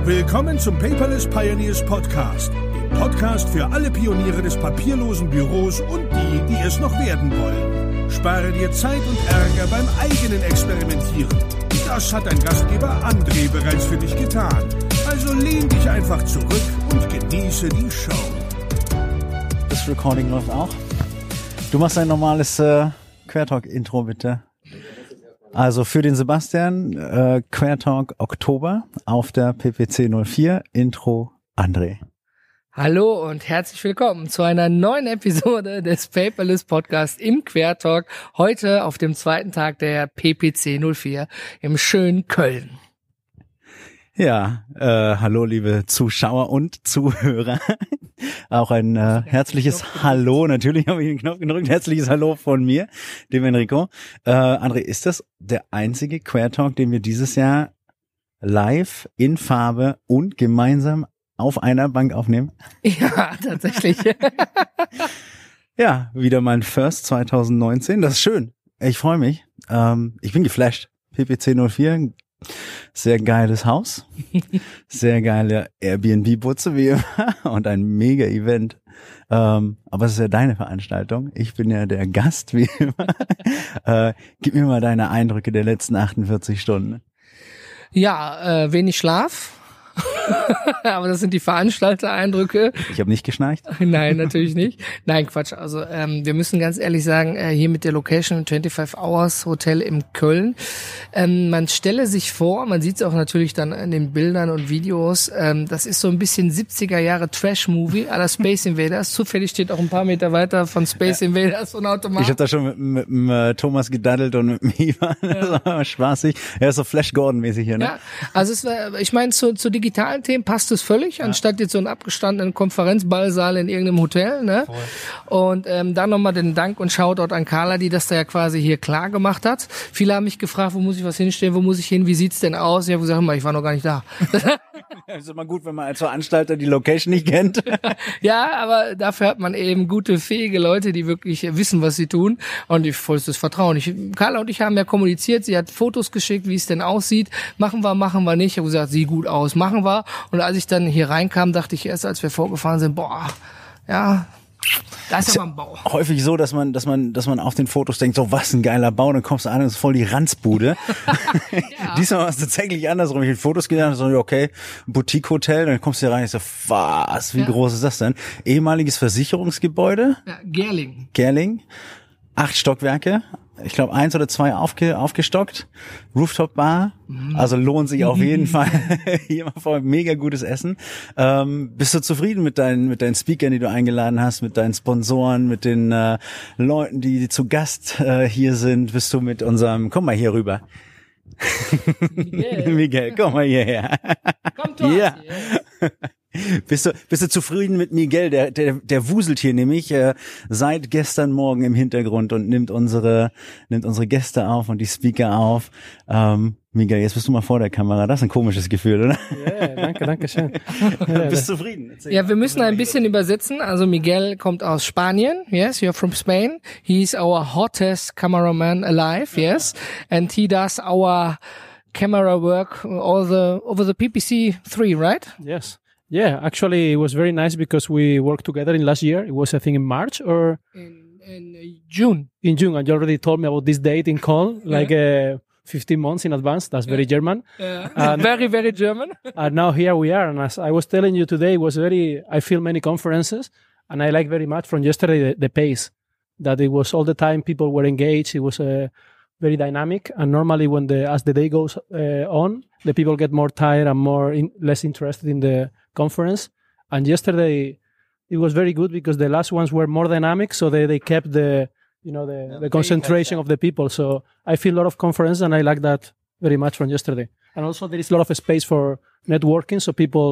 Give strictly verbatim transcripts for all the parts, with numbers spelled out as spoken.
Willkommen zum Paperless Pioneers Podcast, dem Podcast für alle Pioniere des papierlosen Büros und die, die es noch werden wollen. Spare dir Zeit und Ärger beim eigenen Experimentieren. Das hat dein Gastgeber André bereits für dich getan. Also lehn dich einfach zurück und genieße die Show. Das Recording läuft auch. Du machst ein normales äh, Quertalk-Intro, bitte. Also für den Sebastian, äh, Quertalk Oktober auf der P P C null vier, Intro André. Hallo und herzlich willkommen zu einer neuen Episode des Paperless Podcast im Quertalk. Heute auf dem zweiten Tag der P P C null vier im schönen Köln. Ja, äh, hallo liebe Zuschauer und Zuhörer. Auch ein äh, herzliches Hallo, natürlich habe ich den Knopf gedrückt, herzliches Hallo von mir, dem Enrico. Äh, André, ist das der einzige Quertalk, den wir dieses Jahr live in Farbe und gemeinsam auf einer Bank aufnehmen? Ja, tatsächlich. Ja, wieder mein First zwanzig neunzehn, das ist schön. Ich freue mich. Ähm, ich bin geflasht. P P C null vier, sehr geiles Haus, sehr geile Airbnb-Butze wie immer und ein Mega-Event. Ähm, aber es ist ja deine Veranstaltung. Ich bin ja der Gast wie immer. äh, gib mir mal deine Eindrücke der letzten achtundvierzig Stunden. Ja, äh, wenig Schlaf. Aber das sind die Veranstalter-Eindrücke. Ich habe nicht geschnarcht. Nein, natürlich nicht. Nein, Quatsch. Also ähm, wir müssen ganz ehrlich sagen, äh, hier mit der Location fünfundzwanzig Hours Hotel in Köln, ähm, man stelle sich vor, man sieht es auch natürlich dann in den Bildern und Videos, ähm, das ist so ein bisschen siebziger Jahre Trash-Movie à la Space Invaders. Zufällig steht auch ein paar Meter weiter von Space Invaders und Automat. Ich habe da schon mit, mit, mit äh, Thomas gedaddelt und mit mir Ivan. Ja. Das war spaßig. Er ist so Flash Gordon-mäßig hier, ne? Ja, also es war, ich meine, zu, zu digitalen Themen passt es völlig, ja. Anstatt jetzt so einen abgestandenen Konferenzballsaal in irgendeinem Hotel, ne? Voll. Und ähm, dann nochmal den Dank und Shoutout an Carla, die das da ja quasi hier klar gemacht hat. Viele haben mich gefragt, wo muss ich was hinstellen, wo muss ich hin, wie sieht's denn aus? Ich habe gesagt, ich war noch gar nicht da. Das ist immer gut, wenn man als Veranstalter die Location nicht kennt. Ja, aber dafür hat man eben gute, fähige Leute, die wirklich wissen, was sie tun, und ich vollstes Vertrauen. Ich, Carla und ich haben ja kommuniziert, sie hat Fotos geschickt, wie es denn aussieht. Machen wir, machen wir nicht. Ich habe gesagt, sieht gut aus, machen wir. Und als ich dann hier reinkam, dachte ich erst, als wir vorgefahren sind, boah, ja, da ist aber ein Bau. Häufig so, dass man, dass man, dass man auf den Fotos denkt, so was ein geiler Bau, dann kommst du an und ist voll die Ranzbude. Ja. Diesmal war es tatsächlich andersrum. Ich habe Fotos gesehen, so okay, Boutique-Hotel, dann kommst du hier rein, ich so, was, wie ja. groß ist das denn? Ehemaliges Versicherungsgebäude. Ja, Gerling. Gerling. Acht Stockwerke. Ich glaube, eins oder zwei aufge, aufgestockt. Rooftop-Bar. Also lohnt sich auf jeden Fall. Hier mal vor, mega gutes Essen. Ähm, bist du zufrieden mit deinen, mit deinen Speakern, die du eingeladen hast, mit deinen Sponsoren, mit den äh, Leuten, die, die zu Gast äh, hier sind? Bist du mit unserem, komm mal hier rüber. Miguel, Miguel komm mal hierher. Komm, du ja. Hier. Bist du, bist du zufrieden mit Miguel? Der, der, der wuselt hier nämlich äh, seit gestern Morgen im Hintergrund und nimmt unsere, nimmt unsere Gäste auf und die Speaker auf. Ähm, Miguel, jetzt bist du mal vor der Kamera. Das ist ein komisches Gefühl, oder? Ja, yeah, danke, danke schön. Bist du zufrieden? Erzähl ja, wir müssen ein bisschen übersetzen. Also Miguel kommt aus Spanien. Yes, you're from Spain. He's our hottest cameraman alive. Yes, and he does our camera work all the over the P P C three, right? Yes. Yeah, actually, it was very nice because we worked together in last year. It was, I think, in March or in, in June. In June, and you already told me about this date in Köln, like uh, fifteen months in advance. That's very yeah. German. Yeah. And, very, very German. And now here we are. And as I was telling you today, it was very. I feel many conferences, and I like very much from yesterday the, the pace. That it was all the time people were engaged. It was uh, very dynamic. And normally, when the as the day goes uh, on, the people get more tired and more in, less interested in the conference. And yesterday it was very good because the last ones were more dynamic, so they, they kept the you know the, yeah, the concentration of the people. So I feel a lot of conference, and I like that very much from yesterday. And also there is a lot of space for networking, so people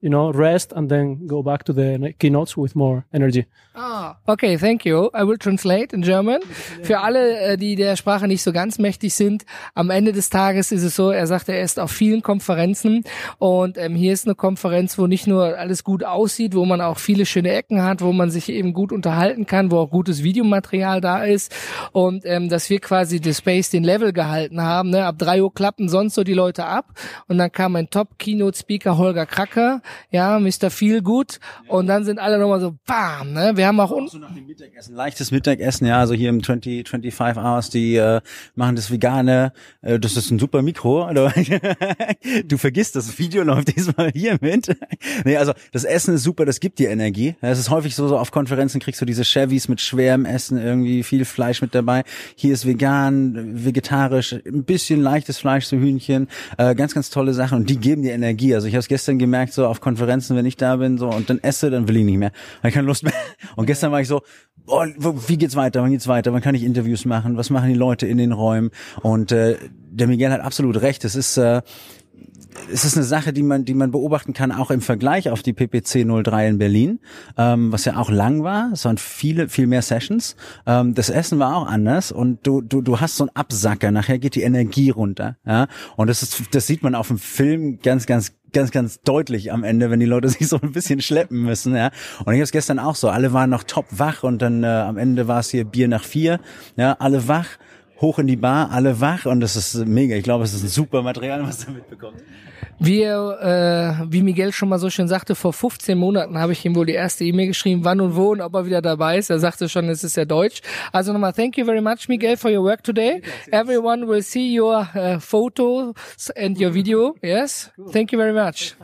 you know, rest and then go back to the keynotes with more energy. Ah, okay, thank you. I will translate in German. Für alle, die der Sprache nicht so ganz mächtig sind, am Ende des Tages ist es so, er sagt, er ist auf vielen Konferenzen und ähm, hier ist eine Konferenz, wo nicht nur alles gut aussieht, wo man auch viele schöne Ecken hat, wo man sich eben gut unterhalten kann, wo auch gutes Videomaterial da ist und ähm, dass wir quasi the Space den Level gehalten haben. Ne? Ab drei Uhr klappen sonst so die Leute ab und dann kam ein Top-Keynote-Speaker Holger Kracke, ja, Mister Feelgood und dann sind alle nochmal so bam, ne? Wir haben auch, un- auch so nach dem Mittagessen, leichtes Mittagessen, ja, also hier im zwanzig, fünfundzwanzig Hours, die äh, machen das Vegane, äh, das ist ein super Mikro, oder? Du vergisst, das Video läuft diesmal hier mit. Nee, also das Essen ist super, das gibt dir Energie. Es ist häufig so, so auf Konferenzen kriegst du diese Chevys mit schwerem Essen, irgendwie viel Fleisch mit dabei. Hier ist vegan, vegetarisch, ein bisschen leichtes Fleisch, so Hühnchen, äh, ganz, ganz tolle Sachen und die geben dir Energie. Also ich habe es gestern gemerkt, so auf Konferenzen, wenn ich da bin, so und dann esse, dann will ich nicht mehr. Habe ich keine Lust mehr. Und gestern war ich so, oh, wie geht's weiter, wann geht's weiter, wann kann ich Interviews machen, was machen die Leute in den Räumen? Und äh, der Miguel hat absolut recht, es ist äh, es ist eine Sache, die man die man beobachten kann, auch im Vergleich auf die P P C null drei in Berlin, ähm, was ja auch lang war. Es waren viele, viel mehr Sessions. Ähm, das Essen war auch anders und du du du hast so einen Absacker. Nachher geht die Energie runter. Ja? Und das ist das sieht man auf dem Film ganz, ganz ganz, ganz deutlich am Ende, wenn die Leute sich so ein bisschen schleppen müssen, ja. Und ich habe es gestern auch so, alle waren noch top wach und dann äh, am Ende war es hier Bier nach vier, ja, alle wach, hoch in die Bar, alle wach und das ist mega. Ich glaube, es ist ein super Material, was du mitbekommst. Wie, äh, wie Miguel schon mal so schön sagte, vor fünfzehn Monaten habe ich ihm wohl die erste E-Mail geschrieben, wann und wo und ob er wieder dabei ist. Er sagte schon, es ist ja Deutsch. Also nochmal, thank you very much, Miguel, for your work today. Everyone will see your uh, photos and your video. Yes? Thank you very much.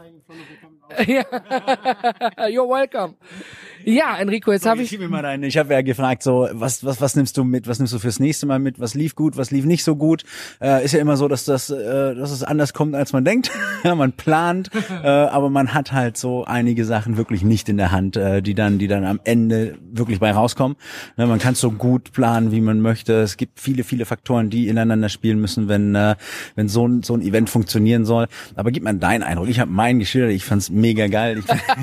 You're welcome. Ja, Enrico, jetzt habe ich... Ich habe ich hab ja gefragt, so was was was nimmst du mit, was nimmst du fürs nächste Mal mit, was lief gut, was lief nicht so gut. Äh, ist ja immer so, dass das äh, dass es anders kommt, als man denkt. Ja, man plant, äh, aber man hat halt so einige Sachen wirklich nicht in der Hand, äh, die dann die dann am Ende wirklich bei rauskommen. Ja, man kann so gut planen, wie man möchte. Es gibt viele viele Faktoren, die ineinander spielen müssen, wenn äh, wenn so ein so ein Event funktionieren soll. Aber gib mal deinen Eindruck. Ich habe meinen geschildert. Ich fand's mega geil.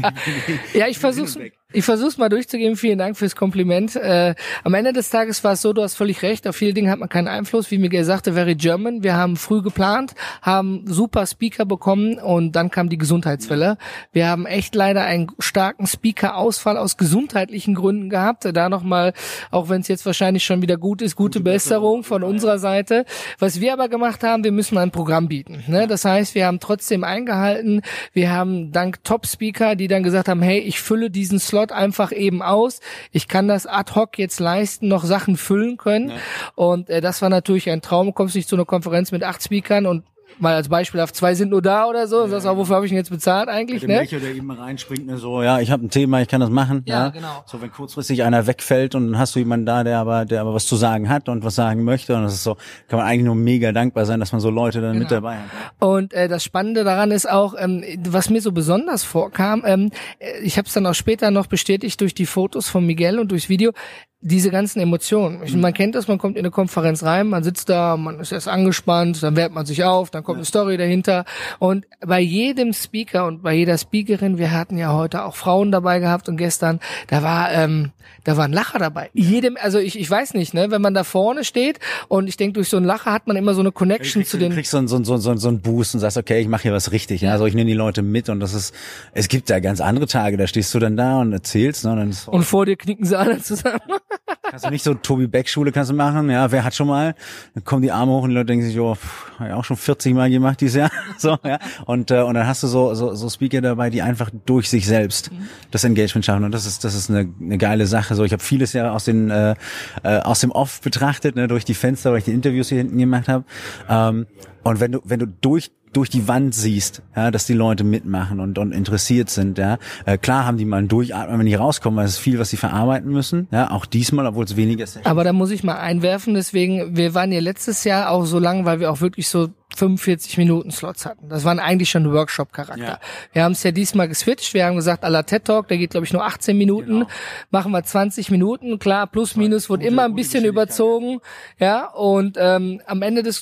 Ich, ja, ich versuch's. Ich versuch's mal durchzugeben. Vielen Dank fürs Kompliment. Äh, am Ende des Tages war es so, du hast völlig recht, auf viele Dinge hat man keinen Einfluss. Wie Miguel sagte, very German. Wir haben früh geplant, haben super Speaker bekommen und dann kam die Gesundheitswelle. Wir haben echt leider einen starken Speaker-Ausfall aus gesundheitlichen Gründen gehabt. Da nochmal, auch wenn es jetzt wahrscheinlich schon wieder gut ist, gute, gute Besserung von unserer Seite. Was wir aber gemacht haben, wir müssen ein Programm bieten. Ne? Das heißt, wir haben trotzdem eingehalten. Wir haben dank Top-Speaker, die dann gesagt haben, hey, ich fülle diesen Slot einfach eben aus. Ich kann das ad hoc jetzt leisten, noch Sachen füllen können. Ja. Und äh, das war natürlich ein Traum. Du kommst nicht zu einer Konferenz mit acht Speakern und mal als Beispiel auf zwei sind nur da oder so. Ja, sagst auch, wofür habe ich ihn jetzt bezahlt eigentlich? Der ne? Becher, der eben reinspringt, ne, so, ja, ich habe ein Thema, ich kann das machen. Ja, ja, genau. So, wenn kurzfristig einer wegfällt und dann hast du jemanden da, der aber, der aber was zu sagen hat und was sagen möchte und das ist so, kann man eigentlich nur mega dankbar sein, dass man so Leute dann genau. mit dabei hat. Und äh, das Spannende daran ist auch, ähm, was mir so besonders vorkam, ähm, ich habe es dann auch später noch bestätigt durch die Fotos von Miguel und durchs Video, diese ganzen Emotionen. Man kennt das, man kommt in eine Konferenz rein, man sitzt da, man ist erst angespannt, dann wärmt man sich auf, dann kommt eine Story dahinter. Und bei jedem Speaker und bei jeder Speakerin, wir hatten ja heute auch Frauen dabei gehabt und gestern, da war ähm, da war ein Lacher dabei. Jedem, also ich ich weiß nicht, ne, wenn man da vorne steht und ich denke, durch so einen Lacher hat man immer so eine Connection kriegst, zu den... Du kriegst so einen so, so, so, so einen Boost und sagst, okay, ich mache hier was richtig. Ja, also ich nehme die Leute mit und das ist, es gibt ja ganz andere Tage, da stehst du dann da und erzählst. Ne, und, dann ist, und vor dir knicken sie alle zusammen. Kannst du nicht so Tobi Beck Schule kannst du machen, ja, wer hat schon mal, dann kommen die Arme hoch und die Leute denken sich, jo, habe ich auch schon vierzig Mal gemacht dieses Jahr, so, ja, und äh, und dann hast du so so so Speaker dabei, die einfach durch sich selbst mhm. das Engagement schaffen und das ist das ist eine eine geile Sache, so, ich habe vieles ja aus den äh, äh, aus dem Off betrachtet, ne, durch die Fenster, weil ich die Interviews hier hinten gemacht habe, ähm, und wenn du wenn du durch durch die Wand siehst, ja, dass die Leute mitmachen und, und interessiert sind, ja. Äh, klar haben die mal ein Durchatmen, wenn die rauskommen, weil es ist viel, was sie verarbeiten müssen, ja, auch diesmal, obwohl es weniger ist. Aber da muss ich mal einwerfen, deswegen, wir waren ja letztes Jahr auch so lang, weil wir auch wirklich so fünfundvierzig Minuten Slots hatten. Das waren eigentlich schon Workshop-Charakter. Ja. Wir haben es ja diesmal geswitcht. Wir haben gesagt, à la TED Talk, der geht, glaube ich, nur achtzehn Minuten. Genau. Machen wir zwanzig Minuten. Klar, plus, minus, wurde immer ein bisschen überzogen. Ja, und ähm, am Ende des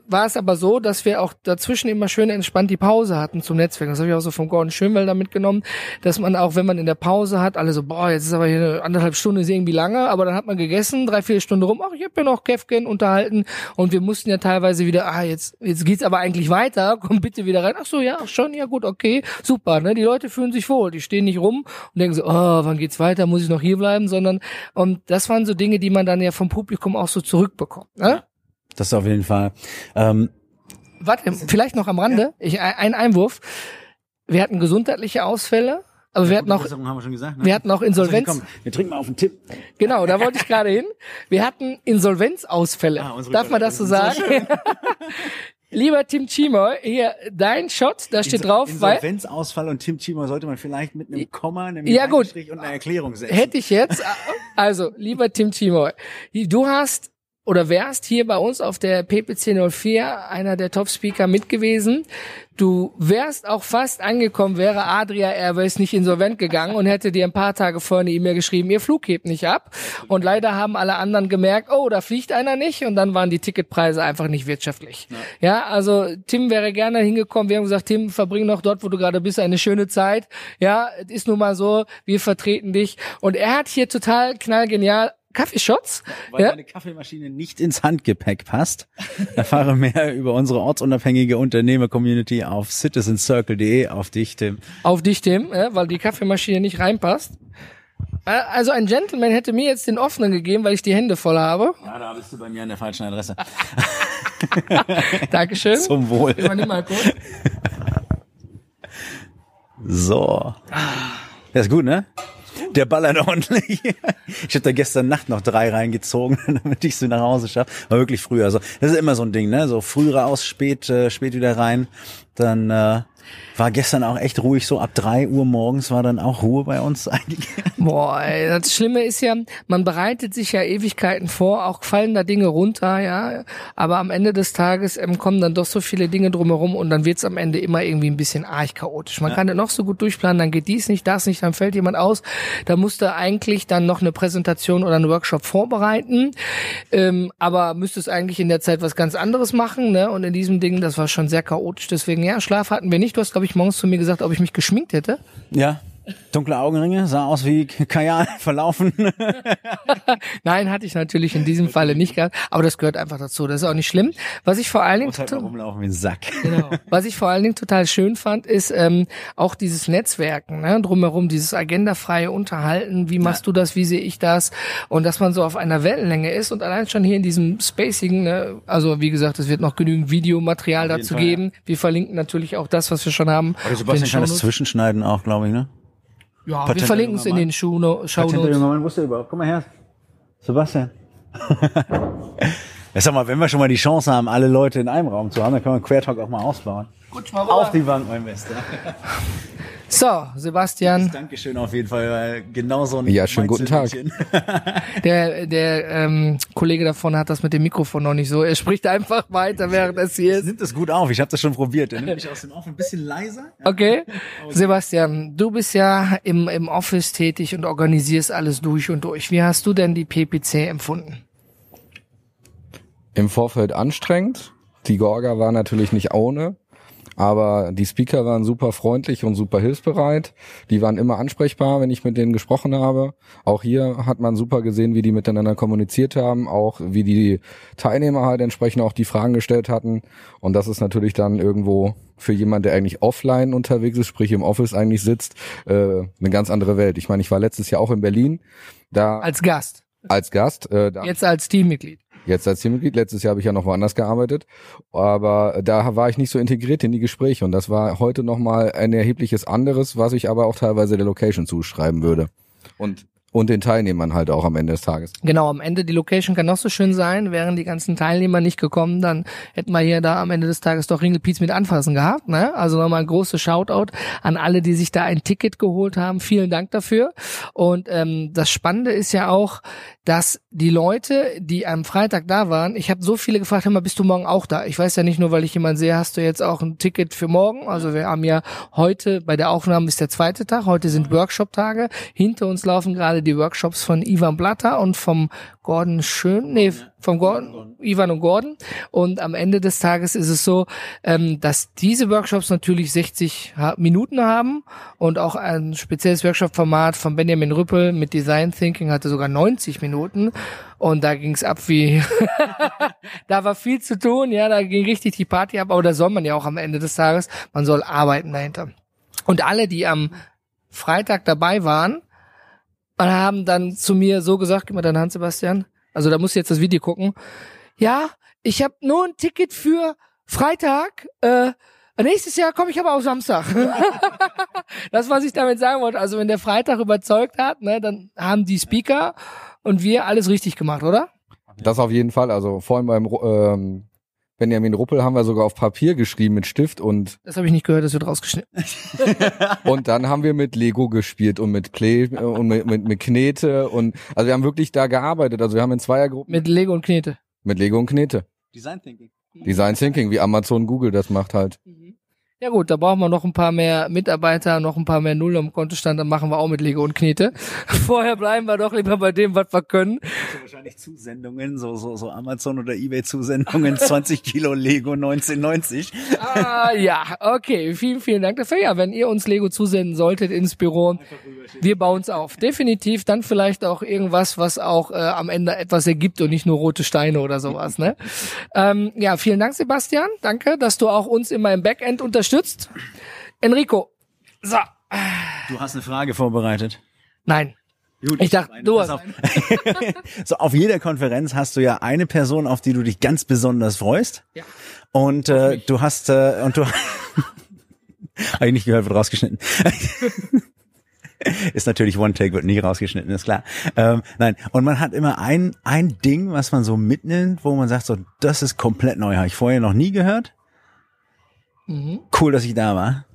war es aber so, dass wir auch dazwischen immer schön entspannt die Pause hatten zum Netzwerk. Das habe ich auch so vom Gordon Schönwelder mitgenommen, dass man auch, wenn man in der Pause hat, alle so, boah, jetzt ist aber hier eine anderthalb Stunde, ist irgendwie lange, aber dann hat man gegessen, drei, vier Stunden rum, ach, ich habe ja noch Käfken unterhalten und wir mussten ja teilweise wieder, ah, jetzt jetzt geht's aber eigentlich weiter, komm bitte wieder rein. Ach so, ja, schon, ja gut, okay, super, ne? Die Leute fühlen sich wohl, die stehen nicht rum und denken so, oh, wann geht's weiter, muss ich noch hier bleiben, sondern und das waren so Dinge, die man dann ja vom Publikum auch so zurückbekommt, ne? Das auf jeden Fall. Ähm, Warte, vielleicht noch am Rande, ich, ein Einwurf. Wir hatten gesundheitliche Ausfälle, aber wir hatten auch, haben wir schon gesagt, ne? wir hatten auch Insolvenz. Also, komm, wir trinken mal auf den Tipp. Genau, da wollte ich gerade hin. Wir hatten Insolvenzausfälle. Ah, Darf man das so sagen? Lieber Tim Chimoy, hier dein Shot, da steht drauf. Insolvenzausfall und Tim Chimoy sollte man vielleicht mit einem Komma, einem ja, gut. Strich und einer Erklärung setzen. Hätte ich jetzt. Also, lieber Tim Chimoy, du hast oder wärst hier bei uns auf der P P C null vier einer der Top-Speaker mit gewesen. Du wärst auch fast angekommen, wäre Adria Airways nicht insolvent gegangen und hätte dir ein paar Tage vorher eine E-Mail geschrieben, ihr Flug hebt nicht ab. Und leider haben alle anderen gemerkt, oh, da fliegt einer nicht. Und dann waren die Ticketpreise einfach nicht wirtschaftlich. Ja, ja, also Tim wäre gerne hingekommen. Wir haben gesagt, Tim, verbring noch dort, wo du gerade bist, eine schöne Zeit. Ja, es ist nun mal so, wir vertreten dich. Und er hat hier total knallgenial Kaffeeshots. Weil ja. meine Kaffeemaschine nicht ins Handgepäck passt. Erfahre mehr über unsere ortsunabhängige Unternehmer-Community auf citizen circle punkt de. Auf dich, Tim. Auf dich, Tim, ja, weil die Kaffeemaschine nicht reinpasst. Also ein Gentleman hätte mir jetzt den offenen gegeben, weil ich die Hände voll habe. Ja, da bist du bei mir an der falschen Adresse. Dankeschön. Zum Wohl. Übernimm mal kurz. So. Das ist gut, ne? Der ballert ordentlich. Ich habe da gestern Nacht noch drei reingezogen, damit ich sie nach Hause schaffe. War wirklich früh. Also das ist immer so ein Ding, ne? So früh raus, spät, äh, spät wieder rein. Dann äh, war gestern auch echt ruhig. So ab drei Uhr morgens war dann auch Ruhe bei uns eigentlich. Boah, ey, das Schlimme ist ja, man bereitet sich ja Ewigkeiten vor, auch fallen da Dinge runter, ja. Aber am Ende des Tages ähm, kommen dann doch so viele Dinge drumherum und dann wird's am Ende immer irgendwie ein bisschen arg chaotisch. Man ja. kann das noch so gut durchplanen, dann geht dies nicht, das nicht, dann fällt jemand aus. Da musste eigentlich dann noch eine Präsentation oder einen Workshop vorbereiten, ähm, aber müsste es eigentlich in der Zeit was ganz anderes machen, ne? Und in diesem Ding, das war schon sehr chaotisch. Deswegen, ja, Schlaf hatten wir nicht. Du hast, glaube ich, morgens zu mir gesagt, ob ich mich geschminkt hätte. Ja. Dunkle Augenringe, sah aus wie Kajal verlaufen. Nein, hatte ich natürlich in diesem Falle nicht gehabt, aber das gehört einfach dazu, das ist auch nicht schlimm. Was ich vor allen Dingen halt rumlaufen wie ein Sack. Genau. Was ich vor allen Dingen total schön fand, ist ähm, auch dieses Netzwerken, ne? Drumherum, dieses agendafreie Unterhalten, wie machst ja. du das, wie sehe ich das und dass man so auf einer Wellenlänge ist und allein schon hier in diesem Spacing, ne? Also wie gesagt, es wird noch genügend Videomaterial dazu Fall, geben. Ja. Wir verlinken natürlich auch das, was wir schon haben. Aber Sebastian kann das zwischenschneiden auch, glaube ich, ne? Ja, Patent wir verlinken es in den Shownotes. Wusste überhaupt. Komm mal her. Sebastian. Ja, sag mal, wenn wir schon mal die Chance haben, alle Leute in einem Raum zu haben, dann können wir Quertalk auch mal ausbauen. Gut, mal auf die Wand, mein Bester. So, Sebastian. Dankeschön auf jeden Fall, weil genau so ein Ja, schönen guten Tag. Der, der ähm, Kollege davon hat das mit dem Mikrofon noch nicht so. Er spricht einfach weiter, während es hier ist. Nimmt das gut auf, ich habe das schon probiert. Er nimmt mich aus dem Off ein bisschen leiser. Ja. Okay. Sebastian, du bist ja im, im Office tätig und organisierst alles durch und durch. Wie hast du denn die P P C empfunden? Im Vorfeld anstrengend. Die Gorga war natürlich nicht ohne. Aber die Speaker waren super freundlich und super hilfsbereit. Die waren immer ansprechbar, wenn ich mit denen gesprochen habe. Auch hier hat man super gesehen, wie die miteinander kommuniziert haben, auch wie die Teilnehmer halt entsprechend auch die Fragen gestellt hatten. Und das ist natürlich dann irgendwo für jemand, der eigentlich offline unterwegs ist, sprich im Office eigentlich sitzt, äh, eine ganz andere Welt. Ich meine, ich war letztes Jahr auch in Berlin. Da als Gast. Als Gast. Äh, da Jetzt als Teammitglied. Jetzt als Teammitglied, letztes Jahr habe ich ja noch woanders gearbeitet, aber da war ich nicht so integriert in die Gespräche und das war heute nochmal ein erhebliches anderes, was ich aber auch teilweise der Location zuschreiben würde und und den Teilnehmern halt auch am Ende des Tages. Genau, am Ende, die Location kann noch so schön sein, wären die ganzen Teilnehmer nicht gekommen, dann hätten wir hier da am Ende des Tages doch Ringelpiez mit anfassen gehabt, ne? Also nochmal ein großes Shoutout an alle, die sich da ein Ticket geholt haben. Vielen Dank dafür. Und ähm, das Spannende ist ja auch, dass die Leute, die am Freitag da waren, ich habe so viele gefragt, hör mal, bist du morgen auch da? Ich weiß ja nicht nur, weil ich jemanden sehe, hast du jetzt auch ein Ticket für morgen? Also wir haben ja heute, bei der Aufnahme ist der zweite Tag, heute sind Workshop-Tage, hinter uns laufen gerade die Workshops von Ivan Blatter und vom Gordon Schön, nee, vom Gordon, Ivan und Gordon. Und am Ende des Tages ist es so, ähm, dass diese Workshops natürlich sechzig ha- Minuten haben und auch ein spezielles Workshop-Format von Benjamin Rüppel mit Design Thinking hatte sogar neunzig Minuten. Und da ging's ab wie, da war viel zu tun, ja, da ging richtig die Party ab, aber da soll man ja auch am Ende des Tages, man soll arbeiten dahinter. Und alle, die am Freitag dabei waren, haben dann zu mir so gesagt, gib mal deine Hand, Sebastian, also da musst du jetzt das Video gucken, ja, ich habe nur ein Ticket für Freitag, äh, nächstes Jahr komme ich aber auf Samstag. Das, was ich damit sagen wollte, also wenn der Freitag überzeugt hat, ne, dann haben die Speaker und wir alles richtig gemacht, oder? Das auf jeden Fall. Also vorhin beim ähm, Benjamin Ruppel haben wir sogar auf Papier geschrieben mit Stift und Das habe ich nicht gehört, das wird rausgeschnitten. und dann haben wir mit Lego gespielt und mit Klee äh, und mit, mit mit Knete und also wir haben wirklich da gearbeitet. Also wir haben in Zweiergruppen Mit Lego und Knete. mit Lego und Knete. Design Thinking. Design Thinking, wie Amazon, Google das macht halt. Ja gut, da brauchen wir noch ein paar mehr Mitarbeiter, noch ein paar mehr Null am Kontostand, dann machen wir auch mit Lego und Knete. Vorher bleiben wir doch lieber bei dem, was wir können. Also wahrscheinlich Zusendungen, so, so, so Amazon oder eBay Zusendungen, zwanzig Kilo Lego neunzehnhundertneunzig. Ah, ja, okay, vielen, vielen Dank dafür. Ja, wenn ihr uns Lego zusenden solltet ins Büro, wir bauen es auf. Definitiv, dann vielleicht auch irgendwas, was auch äh, am Ende etwas ergibt und nicht nur rote Steine oder sowas, ne? ähm, ja, vielen Dank, Sebastian. Danke, dass du auch uns immer im Backend unterstützt. Enrico, so. Du hast eine Frage vorbereitet. Nein. Gut, Ich dachte, meine, du pass hast auf. So, auf jeder Konferenz hast du ja eine Person, auf die du dich ganz besonders freust. Ja. Und äh, du hast äh, und du habe ich nicht gehört, wird rausgeschnitten. Ist natürlich One Take, wird nie rausgeschnitten, ist klar. Ähm, nein, und man hat immer ein ein Ding, was man so mitnimmt, wo man sagt, so, das ist komplett neu, habe ich vorher noch nie gehört. Mhm. Cool, dass ich da war.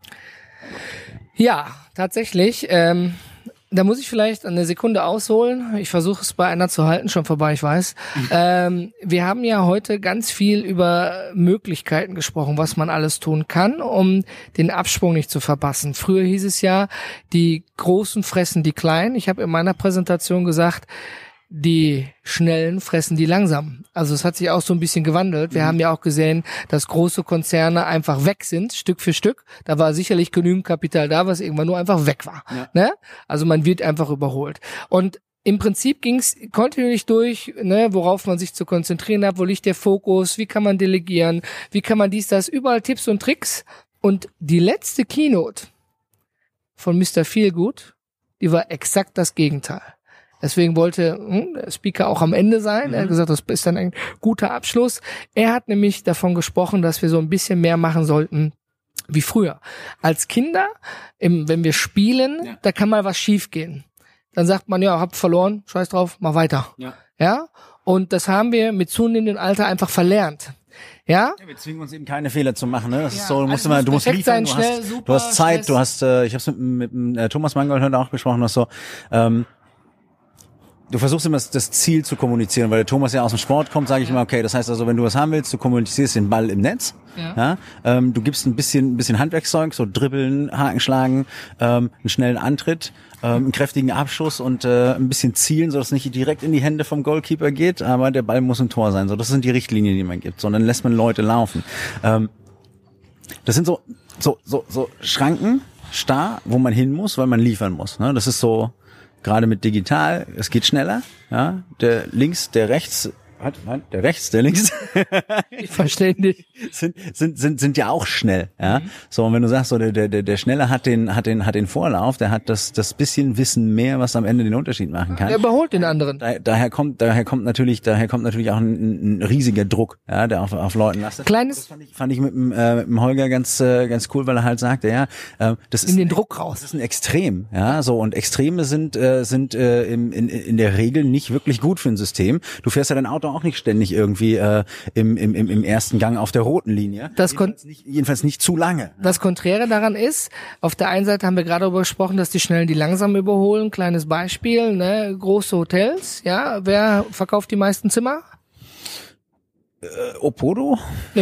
Ja, tatsächlich. Ähm, da muss ich vielleicht eine Sekunde ausholen. Ich versuche es bei einer zu halten, schon vorbei, ich weiß. ähm, wir haben ja heute ganz viel über Möglichkeiten gesprochen, was man alles tun kann, um den Absprung nicht zu verpassen. Früher hieß es ja, die Großen fressen die Kleinen. Ich habe in meiner Präsentation gesagt, die Schnellen fressen die Langsamen. Also es hat sich auch so ein bisschen gewandelt. Wir mhm. haben ja auch gesehen, dass große Konzerne einfach weg sind, Stück für Stück. Da war sicherlich genügend Kapital da, was irgendwann nur einfach weg war. Ja. Ne? Also man wird einfach überholt. Und im Prinzip ging es kontinuierlich durch, ne, worauf man sich zu konzentrieren hat, wo liegt der Fokus, wie kann man delegieren, wie kann man dies, das, überall Tipps und Tricks. Und die letzte Keynote von Mister Feelgood, die war exakt das Gegenteil. Deswegen wollte hm, der Speaker auch am Ende sein. Mhm. Er hat gesagt, das ist dann ein guter Abschluss. Er hat nämlich davon gesprochen, dass wir so ein bisschen mehr machen sollten wie früher. Als Kinder, im, wenn wir spielen, ja. da kann mal was schiefgehen. Dann sagt man, ja, hab verloren, scheiß drauf, mach weiter. Ja. ja. Und das haben wir mit zunehmendem Alter einfach verlernt. Ja? ja, wir zwingen uns eben keine Fehler zu machen, ne? Das ja, ist so, du musst also immer, du musst liefern, sein, du, schnell, hast, super, du hast Zeit, Stress. du hast, äh, ich habe es mit, mit, mit äh, Thomas Mangold heute auch besprochen, dass so, ähm, du versuchst immer das Ziel zu kommunizieren, weil der Thomas ja aus dem Sport kommt, sage ich ja. immer, okay, das heißt also, wenn du was haben willst, du kommunizierst den Ball im Netz, ja. Ja, ähm, du gibst ein bisschen, ein bisschen Handwerkszeug, so dribbeln, Haken schlagen, ähm, einen schnellen Antritt, ähm, einen kräftigen Abschuss und äh, ein bisschen zielen, so dass es nicht direkt in die Hände vom Goalkeeper geht, aber der Ball muss im Tor sein. So, das sind die Richtlinien, die man gibt. So, und dann lässt man Leute laufen. Ähm, das sind so, so, so, so Schranken, starr, wo man hin muss, weil man liefern muss. Ne? Das ist so. Gerade mit digital, es geht schneller, ja, der links, der rechts, halt, halt, der rechts, der links, ich verstehe nicht, sind, sind, sind, sind ja auch schnell, ja, mhm. so, und wenn du sagst, so, der, der, der Schnelle hat den, hat den, hat den Vorlauf, der hat das, das bisschen Wissen mehr, was am Ende den Unterschied machen kann. Der überholt den anderen. Da, daher kommt, daher kommt natürlich, daher kommt natürlich auch ein, ein riesiger Druck, ja, der auf, auf Leuten lastet. Kleines. Das fand ich, fand ich mit dem, äh, mit dem Holger ganz, äh, ganz cool, weil er halt sagte, ja, äh, das ist in den Druck raus. Das ist ein Extrem, ja, so, und Extreme sind, äh, sind äh, in, in, in der Regel nicht wirklich gut für ein System. Du fährst ja dein Auto auch nicht ständig irgendwie äh, im, im, im ersten Gang auf der roten Linie. Das jedenfalls, nicht, jedenfalls nicht zu lange. Das Konträre daran ist, auf der einen Seite haben wir gerade darüber gesprochen, dass die Schnellen die langsam überholen. Kleines Beispiel, ne, große Hotels, ja, wer verkauft die meisten Zimmer? Äh, Opodo? Nee,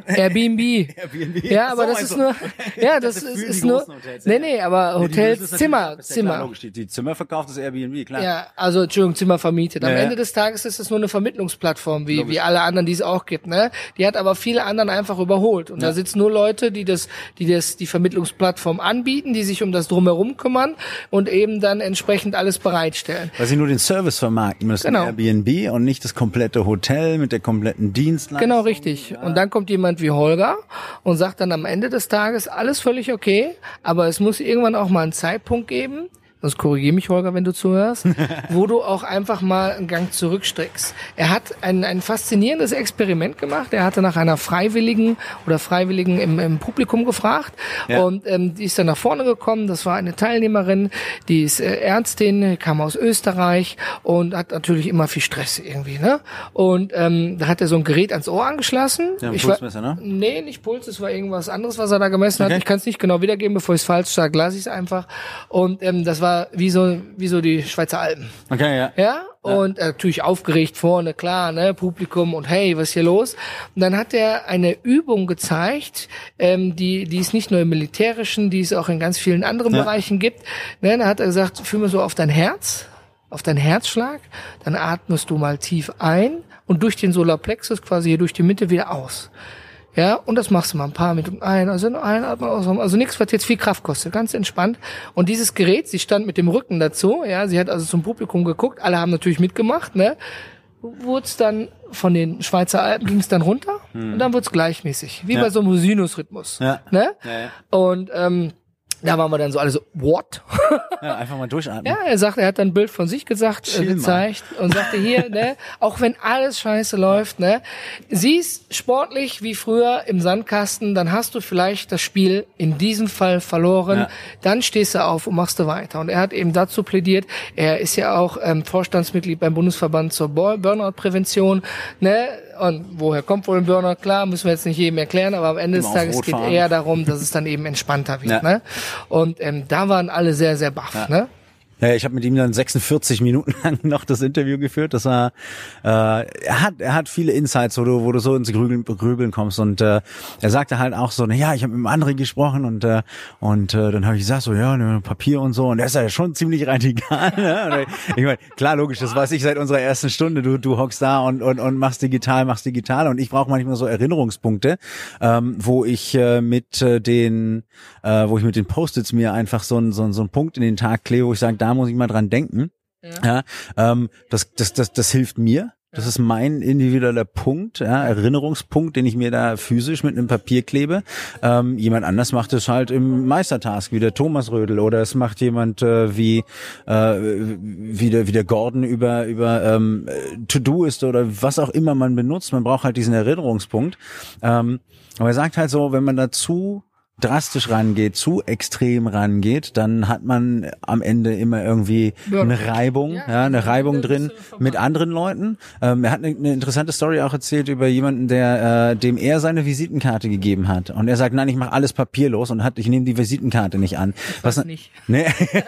Airbnb. Airbnb. Ja, aber So, das also, ist nur, ja, das dachte, ist, für die ist nur, großen Hotels, nee, ja. nee, aber Ja, die Hotels, lösen das natürlich Zimmer, ab, ist ja Zimmer. Klar, logisch. Die, die Zimmer verkauft das Airbnb, klar. Ja, also Entschuldigung, Zimmer vermietet. Am Ja, ja. Ende des Tages ist es nur eine Vermittlungsplattform, wie, Logisch. wie alle anderen, die es auch gibt, ne? Die hat aber viele anderen einfach überholt. Und Ja. da sitzen nur Leute, die das, die das, die Vermittlungsplattform anbieten, die sich um das Drumherum kümmern und eben dann entsprechend alles bereitstellen. Weil sie nur den Service vermarkten müssen, Genau. Airbnb, und nicht das komplette Hotel mit der kompletten Dienstleistung. Genau, richtig. Und dann kommt jemand wie Holger und sagt dann am Ende des Tages, alles völlig okay, aber es muss irgendwann auch mal einen Zeitpunkt geben, sonst korrigiere mich, Holger, wenn du zuhörst, wo du auch einfach mal einen Gang zurückstreckst. Er hat ein, ein faszinierendes Experiment gemacht. Er hatte nach einer Freiwilligen oder Freiwilligen im, im Publikum gefragt. Ja. Und ähm, die ist dann nach vorne gekommen. Das war eine Teilnehmerin, die ist äh, Ärztin, kam aus Österreich und hat natürlich immer viel Stress irgendwie. Ne? Und ähm, da hat er so ein Gerät ans Ohr angeschlossen. Ja, ein Ich war- Pulsmesser, ne? Nee, nicht Puls, es war irgendwas anderes, was er da gemessen Okay. hat. Ich kann es nicht genau wiedergeben, bevor ich es falsch sage, lasse ich es einfach. Und ähm, das war wie so wie so die Schweizer Alpen. Okay, ja. Ja, und äh, natürlich aufgeregt vorne, klar, ne, Publikum und hey, was ist hier los? Und dann hat er eine Übung gezeigt, ähm, die die es nicht nur im Militärischen, die es auch in ganz vielen anderen Ja. Bereichen gibt. Ne, da hat er gesagt, fühl mal so auf dein Herz, auf deinen Herzschlag, dann atmest du mal tief ein und durch den Solarplexus quasi hier durch die Mitte wieder aus. Ja, und das machst du mal ein paar Minuten ein, also einatmen, ausatmen, also nichts, was jetzt viel Kraft kostet, ganz entspannt. Und dieses Gerät, sie stand mit dem Rücken dazu, ja, sie hat also zum Publikum geguckt, alle haben natürlich mitgemacht, ne, wurde es dann von den Schweizer Alpen, ging es dann runter und dann wurde es gleichmäßig, wie Ja. bei so einem Sinusrhythmus, Ja. ne, Ja, ja. und ähm, da waren wir dann so alle so, what? Ja, einfach mal durchatmen. Ja, er sagt, er hat dann ein Bild von sich gesagt, äh, Chill mal. gezeigt und sagte hier, ne, auch wenn alles scheiße läuft, ne, siehst sportlich wie früher im Sandkasten, dann hast du vielleicht das Spiel in diesem Fall verloren, Ja. dann stehst du auf und machst du weiter. Und er hat eben dazu plädiert, er ist ja auch ähm, Vorstandsmitglied beim Bundesverband zur Bo- Burnout-Prävention, ne, und woher kommt wohl ein Burnout? Klar, müssen wir jetzt nicht jedem erklären, aber am Ende Immer des auf Tages Rot geht fahren. eher darum, dass es dann eben entspannter wird, Ja. ne. Und ähm, da waren alle sehr, sehr baff, ne. Ja, ich habe mit ihm dann sechsundvierzig Minuten lang noch das Interview geführt. Das war, äh, er hat, er hat viele Insights, wo du, wo du so ins Grübeln, Grübeln kommst. Und äh, er sagte halt auch so, na ja, ich habe mit einem anderen gesprochen und äh, und äh, dann habe ich gesagt so, ja, ne, Papier und so. Und er ist ja schon ziemlich radikal. Ne? Und ich meine, klar, logisch, das weiß ich seit unserer ersten Stunde. Du, du hockst da und und und machst digital, machst digital. Und ich brauche manchmal so Erinnerungspunkte, ähm, wo ich äh, mit äh, den, äh, wo ich mit den Post-its mir einfach so ein so ein so ein Punkt in den Tag klebe, wo ich sage, da muss ich mal dran denken. Ja, ähm, das, das, das, das hilft mir. Das ist mein individueller Punkt, ja, Erinnerungspunkt, den ich mir da physisch mit einem Papier klebe. Ähm, jemand anders macht es halt im Meistertask, wie der Thomas Rödel, oder es macht jemand äh, wie äh, wie der wie der Gordon über über ähm, To-Do ist oder was auch immer man benutzt. Man braucht halt diesen Erinnerungspunkt. Ähm, aber er sagt halt so, wenn man dazu drastisch rangeht, zu extrem rangeht, dann hat man am Ende immer irgendwie eine Reibung, Ja, ja, eine das Reibung ist drin vorbei. mit anderen Leuten. Ähm, er hat eine, eine interessante Story auch erzählt über jemanden, der äh, dem er seine Visitenkarte gegeben hat, und er sagt, nein, ich mache alles papierlos und hat, ich nehme die Visitenkarte nicht an. weiß nicht. Nee.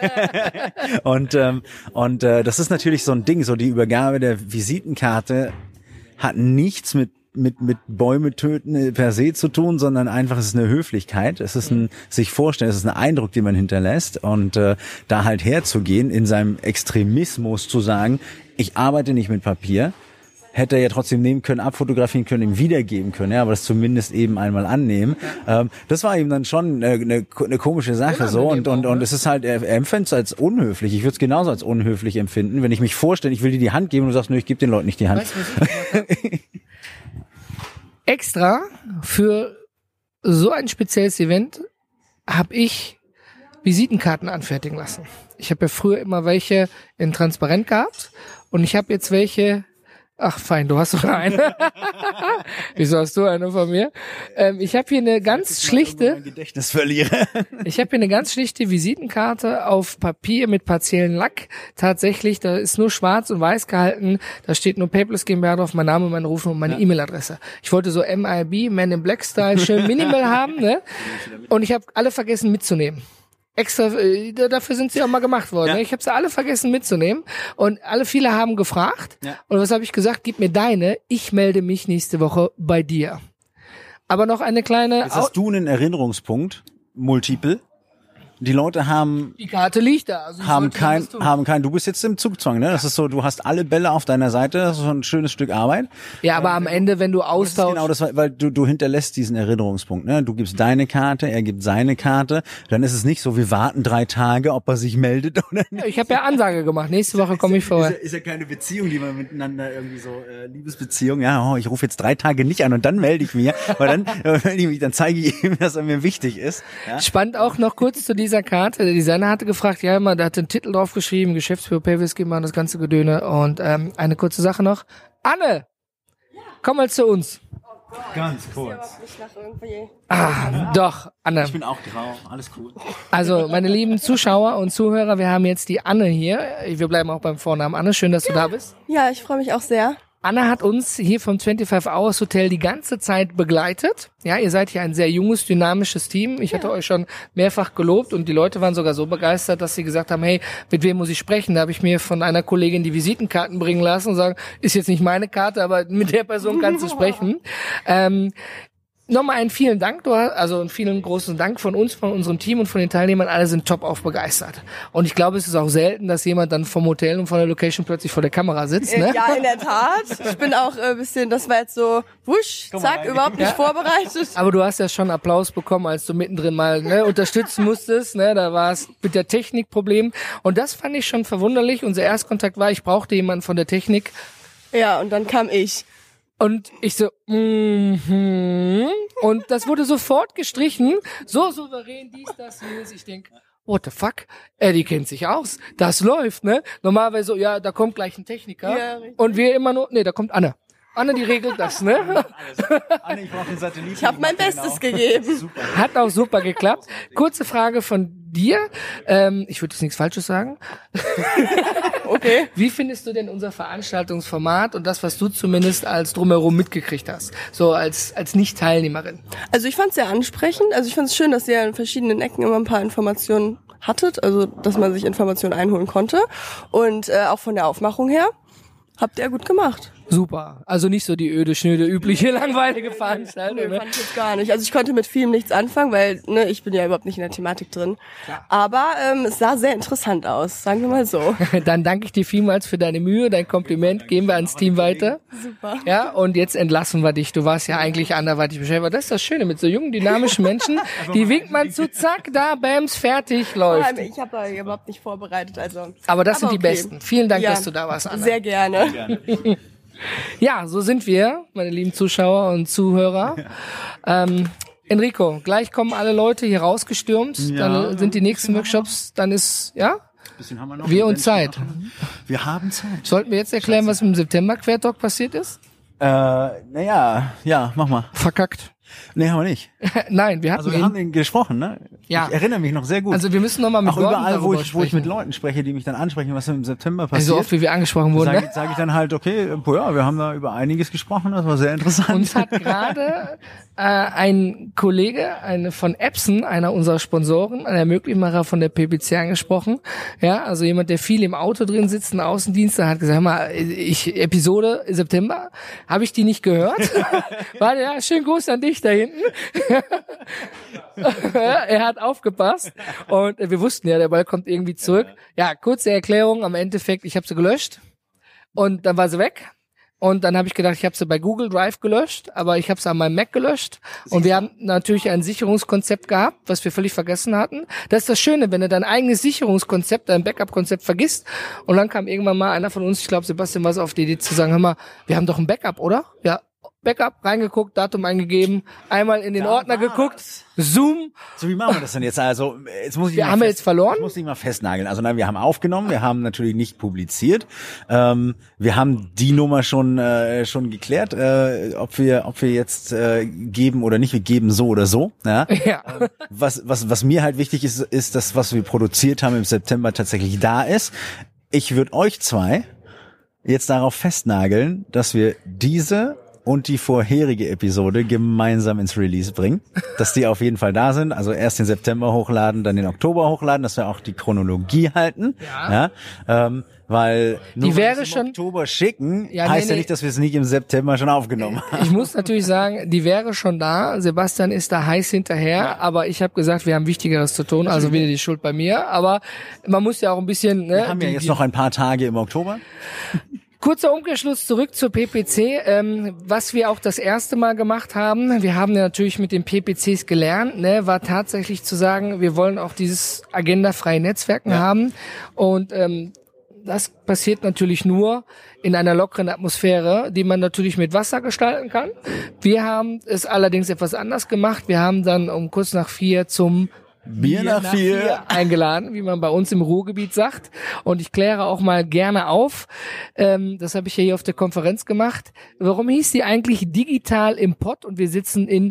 und ähm, und äh, das ist natürlich so ein Ding, so die Übergabe der Visitenkarte hat nichts mit mit mit Bäume töten per se zu tun, sondern einfach, es ist eine Höflichkeit, es ist ein sich vorstellen, es ist ein Eindruck, den man hinterlässt, und äh, da halt herzugehen, in seinem Extremismus zu sagen, ich arbeite nicht mit Papier, hätte er ja trotzdem nehmen können, abfotografieren können, ihm wiedergeben können, ja, aber das zumindest eben einmal annehmen. Ähm, das war ihm dann schon eine, eine, eine komische Sache, so, und und und es ist halt, er, er empfindet es als unhöflich. Ich würde es genauso als unhöflich empfinden, wenn ich mich vorstelle, ich will dir die Hand geben und du sagst, nö, ich gebe den Leuten nicht die Hand. Weißt du, was ich gemacht habe? Extra für so ein spezielles Event habe ich Visitenkarten anfertigen lassen. Ich habe ja früher immer welche in transparent gehabt und ich habe jetzt welche. Ach fein, du hast doch eine. Wieso hast du eine von mir? Ähm, ich habe hier eine ganz schlichte. Mein Gedächtnis verliere. Ich habe hier eine ganz schlichte Visitenkarte auf Papier mit partiellen Lack. Tatsächlich, da ist nur schwarz und weiß gehalten. Da steht nur Paperless GmbH drauf, mein Name, meine Rufnummer und meine E-Mail-Adresse. Ich wollte so M I B, Man in Black Style, schön minimal haben, ne? Und ich habe alle vergessen mitzunehmen. Extra, äh, dafür sind sie auch mal gemacht worden. Ja. Ne? Ich habe sie alle vergessen mitzunehmen und alle viele haben gefragt. Ja. Und was habe ich gesagt? Gib mir deine, ich melde mich nächste Woche bei dir. Aber noch eine kleine... Jetzt hast du einen Erinnerungspunkt, multiple. Die Leute haben Die Karte liegt da. Also ich haben sollte kein was tun. haben kein du bist jetzt im Zugzwang, ne? Das ist so, du hast alle Bälle auf deiner Seite, das ist so ein schönes Stück Arbeit. Ja, aber am Ende, wenn du Das ist austauschst... genau das, weil du du hinterlässt diesen Erinnerungspunkt, ne? Du gibst deine Karte, er gibt seine Karte, dann ist es nicht so, wir warten drei Tage, ob er sich meldet oder nicht. Ich habe ja Ansage gemacht. Nächste Woche komme ich vorbei. Ist ja, ist ja keine Beziehung, die man miteinander irgendwie so äh, Liebesbeziehung. Ja, oh, ich rufe jetzt drei Tage nicht an und dann melde ich mich, weil dann äh, melde ich mich, dann zeige ich ihm, dass er mir wichtig ist. Ja? Spannend auch noch kurz zu dieser Karte. Der Designer hatte gefragt, ja immer, der hat den Titel drauf geschrieben, Geschäftsführer Pay-Whisky machen das ganze Gedöne. Und ähm, eine kurze Sache noch. Anne, komm mal zu uns. Ganz kurz. Ah, doch, Anne. Ich bin auch grau, alles cool. Also, meine lieben Zuschauer und Zuhörer, wir haben jetzt die Anne hier. Wir bleiben auch beim Vornamen Anne. Schön, dass du da bist. Ja, ich freue mich auch sehr. Anne hat uns hier vom twenty-five Hours Hotel die ganze Zeit begleitet. Ja, ihr seid hier ein sehr junges, dynamisches Team. Ich hatte euch schon mehrfach gelobt und die Leute waren sogar so begeistert, dass sie gesagt haben, hey, mit wem muss ich sprechen? Da habe ich mir von einer Kollegin die Visitenkarten bringen lassen und sagen, ist jetzt nicht meine Karte, aber mit der Person kannst du sprechen. Ähm, Nochmal einen vielen Dank, du hast, also einen vielen großen Dank von uns, von unserem Team und von den Teilnehmern. Alle sind top auf begeistert. Und ich glaube, es ist auch selten, dass jemand dann vom Hotel und von der Location plötzlich vor der Kamera sitzt. Ne? Äh, ja, in der Tat. Ich bin auch ein äh, bisschen, das war jetzt so, wusch, zack, überhaupt nicht Ja. vorbereitet. Aber du hast ja schon Applaus bekommen, als du mittendrin mal ne, unterstützen musstest. Ne? Da war es mit der Technik Problem. Und das fand ich schon verwunderlich. Unser Erstkontakt war, ich brauchte jemanden von der Technik. Ja, und dann kam ich. Und ich so, mhm. Und das wurde sofort gestrichen. So souverän, dies, das, jenes. Ich denk, what the fuck? Er, die kennt sich aus. Das läuft, ne? Normalerweise so, ja, da kommt gleich ein Techniker. Ja, richtig. Und wir immer nur, nee, da kommt Anne. Anne, die regelt das, ne? Anne, ich brauche den Satelliten. Ich habe mein Bestes gegeben. Hat auch super geklappt. Kurze Frage von dir. Ähm, ich würde jetzt nichts Falsches sagen. Okay. Wie findest du denn unser Veranstaltungsformat und das, was du zumindest als drumherum mitgekriegt hast? So als, als Nicht-Teilnehmerin. Also ich fand es sehr ansprechend. Also ich fand es schön, dass ihr in verschiedenen Ecken immer ein paar Informationen hattet. Also dass man sich Informationen einholen konnte. Und äh, auch von der Aufmachung her habt ihr gut gemacht. Super. Also nicht so die öde, schnöde, übliche, langweilige Veranstaltung. Nee, Ne? fand ich jetzt gar nicht. Also ich konnte mit vielem nichts anfangen, weil ne, ich bin ja überhaupt nicht in der Thematik drin. Aber ähm, es sah sehr interessant aus, sagen wir mal so. Dann danke ich dir vielmals für deine Mühe, dein Kompliment. Gehen wir ans Team weiter. Super. Ja, und jetzt entlassen wir dich. Du warst ja eigentlich anderweitig beschäftigt. Das ist das Schöne mit so jungen, dynamischen Menschen. Die winkt man zu, zack, da, bams, fertig, läuft. Ich habe da überhaupt nicht vorbereitet. Also. Aber das Aber sind die okay. Besten. Vielen Dank, Ja, dass du da warst, Anna. Sehr gerne. Ja, so sind wir, meine lieben Zuschauer und Zuhörer. Ähm, Enrico, gleich kommen alle Leute hier rausgestürmt, Ja, dann sind die nächsten Workshops, dann ist, ja, Bisschen haben wir noch. wir und Zeit. Wir haben Zeit. Sollten wir jetzt erklären, was im September Quertalk passiert ist? Äh, naja, ja, mach mal. Verkackt. Nee, haben wir nicht. Nein, wir hatten Also wir ihn. haben den gesprochen, ne? Ja. Ich erinnere mich noch sehr gut. Also wir müssen nochmal mit auch Gordon überall, wo darüber ich, wo ich sprechen. mit Leuten spreche, die mich dann ansprechen, was im September Also passiert. so oft, wie wir angesprochen wurden. Sage Ne? sag ich dann halt, okay, ja, wir haben da über einiges gesprochen, das war sehr interessant. Uns hat gerade äh, ein Kollege eine von Epson, einer unserer Sponsoren, ein Ermöglichmacher von der P P C angesprochen. Ja, also jemand, der viel im Auto drin sitzt, ein Außendienstler, hat gesagt, hör mal, ich Episode September, habe ich die nicht gehört? Warte, ja, schönen Gruß an dich da hinten. Er hat aufgepasst und wir wussten ja, der Ball kommt irgendwie zurück. Ja, kurze Erklärung, am Endeffekt, ich habe sie gelöscht und dann war sie weg. Und dann habe ich gedacht, ich habe sie bei Google Drive gelöscht, aber ich habe sie an meinem Mac gelöscht. Und wir haben natürlich ein Sicherungskonzept gehabt, was wir völlig vergessen hatten. Das ist das Schöne, wenn du dein eigenes Sicherungskonzept, dein Backup-Konzept vergisst. Und dann kam irgendwann mal einer von uns, ich glaube Sebastian, war so auf die Idee zu sagen, hör mal, wir haben doch ein Backup, oder? Ja, Backup, reingeguckt, Datum eingegeben, einmal in den Da Ordner war geguckt, das. Zoom. So, wie machen wir das denn jetzt? Also, jetzt muss ich Wir mal haben wir fest- jetzt verloren? Ich muss dich mal festnageln. Also, nein, wir haben aufgenommen, wir haben natürlich nicht publiziert. Ähm, wir haben die Nummer schon äh, schon geklärt, äh, ob wir ob wir jetzt äh, geben oder nicht. Wir geben so oder so. Ja. Ja. Was was was mir halt wichtig ist, ist das, was wir produziert haben im September tatsächlich da ist. Ich würde euch zwei jetzt darauf festnageln, dass wir diese und die vorherige Episode gemeinsam ins Release bringen. Dass die auf jeden Fall da sind. Also erst den September hochladen, dann den Oktober hochladen, dass wir auch die Chronologie halten. Ja. Ja, ähm, weil nur Die weil wäre wir es im schon- Oktober schicken, Ja, heißt nee, ja nee. nicht, dass wir es nicht im September schon aufgenommen haben. Ich muss natürlich sagen, die wäre schon da. Sebastian ist da heiß hinterher, aber ich habe gesagt, wir haben Wichtigeres zu tun, also wieder die Schuld bei mir. Aber man muss ja auch ein bisschen... Ne, Wir haben ja die, jetzt die, noch ein paar Tage im Oktober. Kurzer Umkehrschluss zurück zur P P C, ähm, was wir auch das erste Mal gemacht haben. Wir haben ja natürlich mit den P P Cs gelernt, ne, war tatsächlich zu sagen, wir wollen auch dieses agendafreie Netzwerken Ja. haben. Und ähm, das passiert natürlich nur in einer lockeren Atmosphäre, die man natürlich mit Wasser gestalten kann. Wir haben es allerdings etwas anders gemacht. Wir haben dann um kurz nach vier zum Bier nach vier. eingeladen, wie man bei uns im Ruhrgebiet sagt. Und ich kläre auch mal gerne auf, ähm, das habe ich ja hier auf der Konferenz gemacht, warum hieß die eigentlich digital im Pott und wir sitzen in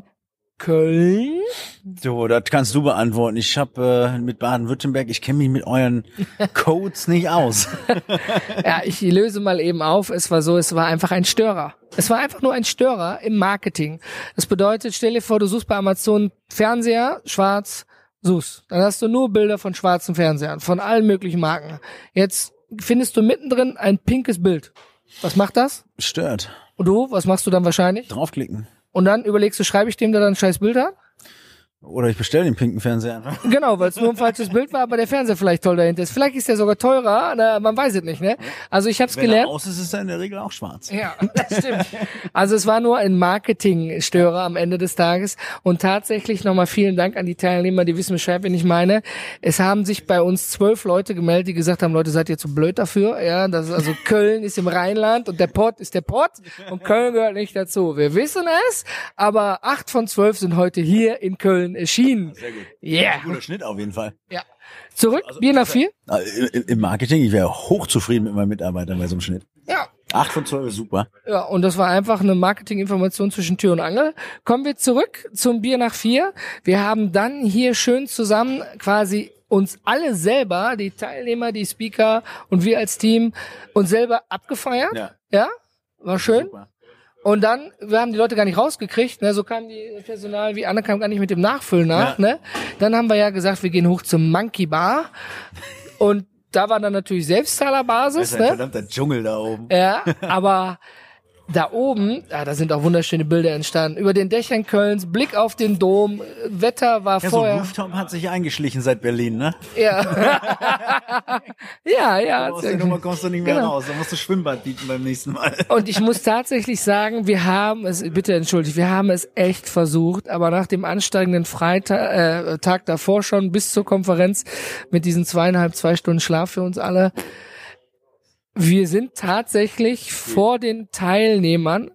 Köln? So, das kannst du beantworten. Ich habe äh, mit Baden-Württemberg, ich kenne mich mit euren Codes nicht aus. Ja, ich löse mal eben auf. Es war so, es war einfach ein Störer. Es war einfach nur ein Störer im Marketing. Das bedeutet, stell dir vor, du suchst bei Amazon Fernseher, schwarz, suchst. Dann hast du nur Bilder von schwarzen Fernsehern, von allen möglichen Marken. Jetzt findest du mittendrin ein pinkes Bild. Was macht das? Stört. Und du, was machst du dann wahrscheinlich? Draufklicken. Und dann überlegst du, schreibe ich dem, der dann ein scheiß Bild hat? Oder ich bestelle den pinken Fernseher einfach. Genau, weil es nur ein falsches Bild war, aber der Fernseher vielleicht toll dahinter ist. Vielleicht ist der sogar teurer, na, man weiß es nicht, ne? Also ich habe es Wenn er gelernt. aus ist, ist er in der Regel auch schwarz. Ja, das stimmt. Also es war nur ein Marketing-Störer am Ende des Tages. Und tatsächlich nochmal vielen Dank an die Teilnehmer, die wissen Bescheid, wen ich meine. Es haben sich bei uns zwölf Leute gemeldet, die gesagt haben, Leute, seid ihr zu blöd dafür? Ja, das ist also Köln ist im Rheinland und der Pott ist der Pott und Köln gehört nicht dazu. Wir wissen es, aber acht von zwölf sind heute hier in Köln erschienen. Sehr gut. Yeah. Guter Schnitt auf jeden Fall. Ja. Zurück, Bier nach vier? Also Im im Marketing, ich wäre hochzufrieden mit meinen Mitarbeitern bei so einem Schnitt. Ja. Acht von zwölf ist super. Ja, und das war einfach eine Marketinginformation zwischen Tür und Angel. Kommen wir zurück zum Bier nach vier. Wir haben dann hier schön zusammen quasi uns alle selber, die Teilnehmer, die Speaker und wir als Team, uns selber abgefeiert. Ja. Ja, war schön. Super. Und dann, wir haben die Leute gar nicht rausgekriegt, ne? So kam die Personal, wie Anne kam gar nicht mit dem Nachfüllen nach, Ja. ne? Dann haben wir ja gesagt, wir gehen hoch zum Monkey Bar. Und da war dann natürlich Das Selbstzahlerbasis, ist ein ne? verdammter Dschungel da oben. Ja, aber da oben, ja, da sind auch wunderschöne Bilder entstanden. Über den Dächern Kölns, Blick auf den Dom, Wetter war Ja, so ein vorher. Rooftop hat sich eingeschlichen seit Berlin, ne? Ja. ja, ja. Aus der Nummer kommst du nicht mehr Genau. raus. Da musst du Schwimmbad bieten beim nächsten Mal. Und ich muss tatsächlich sagen, wir haben es, bitte entschuldigt, wir haben es echt versucht, aber nach dem ansteigenden Freitag, äh, Tag davor schon bis zur Konferenz mit diesen zweieinhalb, zwei Stunden Schlaf für uns alle, wir sind tatsächlich vor den Teilnehmern,